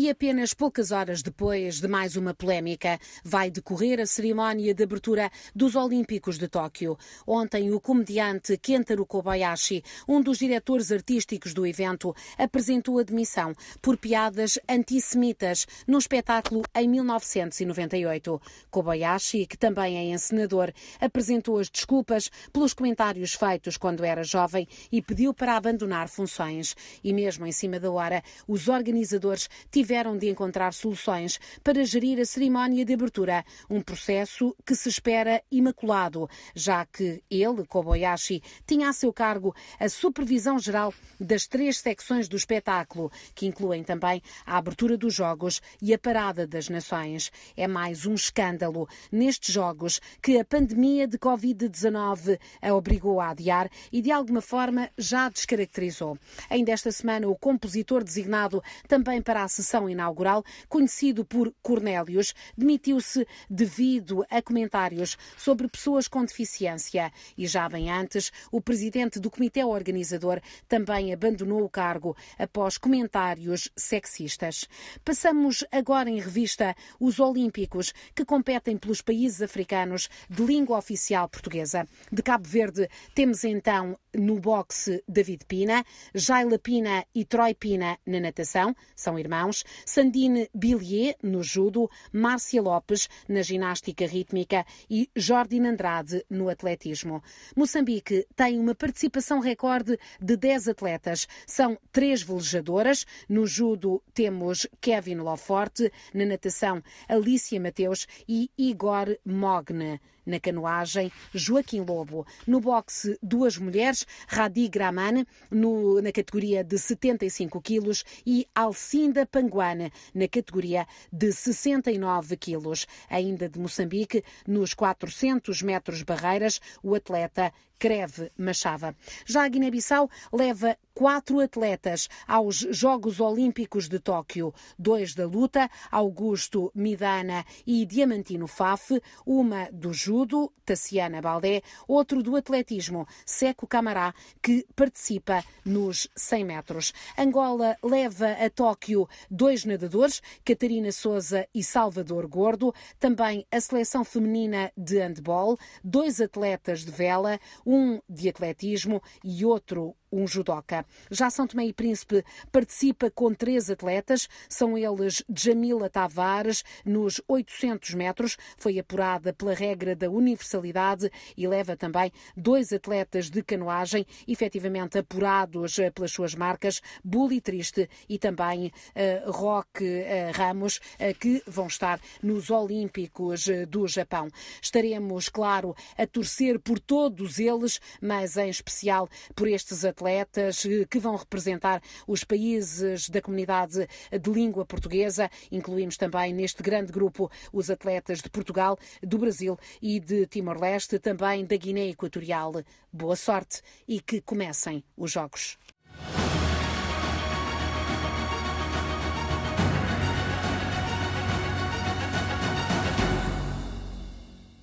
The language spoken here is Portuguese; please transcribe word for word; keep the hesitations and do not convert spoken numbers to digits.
E apenas poucas horas depois de mais uma polémica, vai decorrer a cerimónia de abertura dos Olímpicos de Tóquio. Ontem, o comediante Kentaro Kobayashi, um dos diretores artísticos do evento, apresentou a demissão por piadas antissemitas num espetáculo em mil novecentos e noventa e oito. Kobayashi, que também é encenador, apresentou as desculpas pelos comentários feitos quando era jovem e pediu para abandonar funções. E mesmo em cima da hora, os organizadores tiveram de encontrar soluções para gerir a cerimónia de abertura, um processo que se espera imaculado, já que ele, Kobayashi, tinha a seu cargo a supervisão geral das três secções do espetáculo, que incluem também a abertura dos Jogos e a Parada das Nações. É mais um escândalo nestes Jogos que a pandemia de covid dezanove a obrigou a adiar e, de alguma forma, já descaracterizou. Ainda esta semana, o compositor designado também para a sessão inaugural, conhecido por Cornélios, demitiu-se devido a comentários sobre pessoas com deficiência. E já bem antes, o presidente do comitê organizador também abandonou o cargo após comentários sexistas. Passamos agora em revista os Olímpicos, que competem pelos países africanos de língua oficial portuguesa. De Cabo Verde, temos então no boxe David Pina, Jaila Pina e Troy Pina na natação, são irmãos, Sandine Billier no judo, Márcia Lopes na ginástica rítmica e Jordine Andrade no atletismo. Moçambique tem uma participação recorde de dez atletas. São três velejadoras. No judo temos Kevin Loforte, na natação Alicia Mateus e Igor Mogne. Na canoagem, Joaquim Lobo. No boxe, duas mulheres, Radi Graman, no, na categoria de setenta e cinco quilos, e Alcinda Panguane, na categoria de sessenta e nove quilos. Ainda de Moçambique, nos quatrocentos metros barreiras, o atleta Creve Machava. Já a Guiné-Bissau leva quatro atletas aos Jogos Olímpicos de Tóquio. Dois da luta, Augusto Midana e Diamantino Faf, uma do judo, Tassiana Baldé, outro do atletismo, Seco Camará, que participa nos cem metros. Angola leva a Tóquio dois nadadores, Catarina Souza e Salvador Gordo, também a seleção feminina de handball, dois atletas de vela, um de atletismo e outro um judoca. Já São Tomé e Príncipe participa com três atletas, são eles Jamila Tavares, nos oitocentos metros, foi apurada pela regra da universalidade e leva também dois atletas de canoagem, efetivamente apurados pelas suas marcas, Bully Triste e também uh, Roque uh, Ramos, uh, que vão estar nos Olímpicos uh, do Japão. Estaremos, claro, a torcer por todos eles, mas em especial por estes atletas atletas que vão representar os países da comunidade de língua portuguesa. Incluímos também neste grande grupo os atletas de Portugal, do Brasil e de Timor-Leste, também da Guiné Equatorial. Boa sorte e que comecem os Jogos.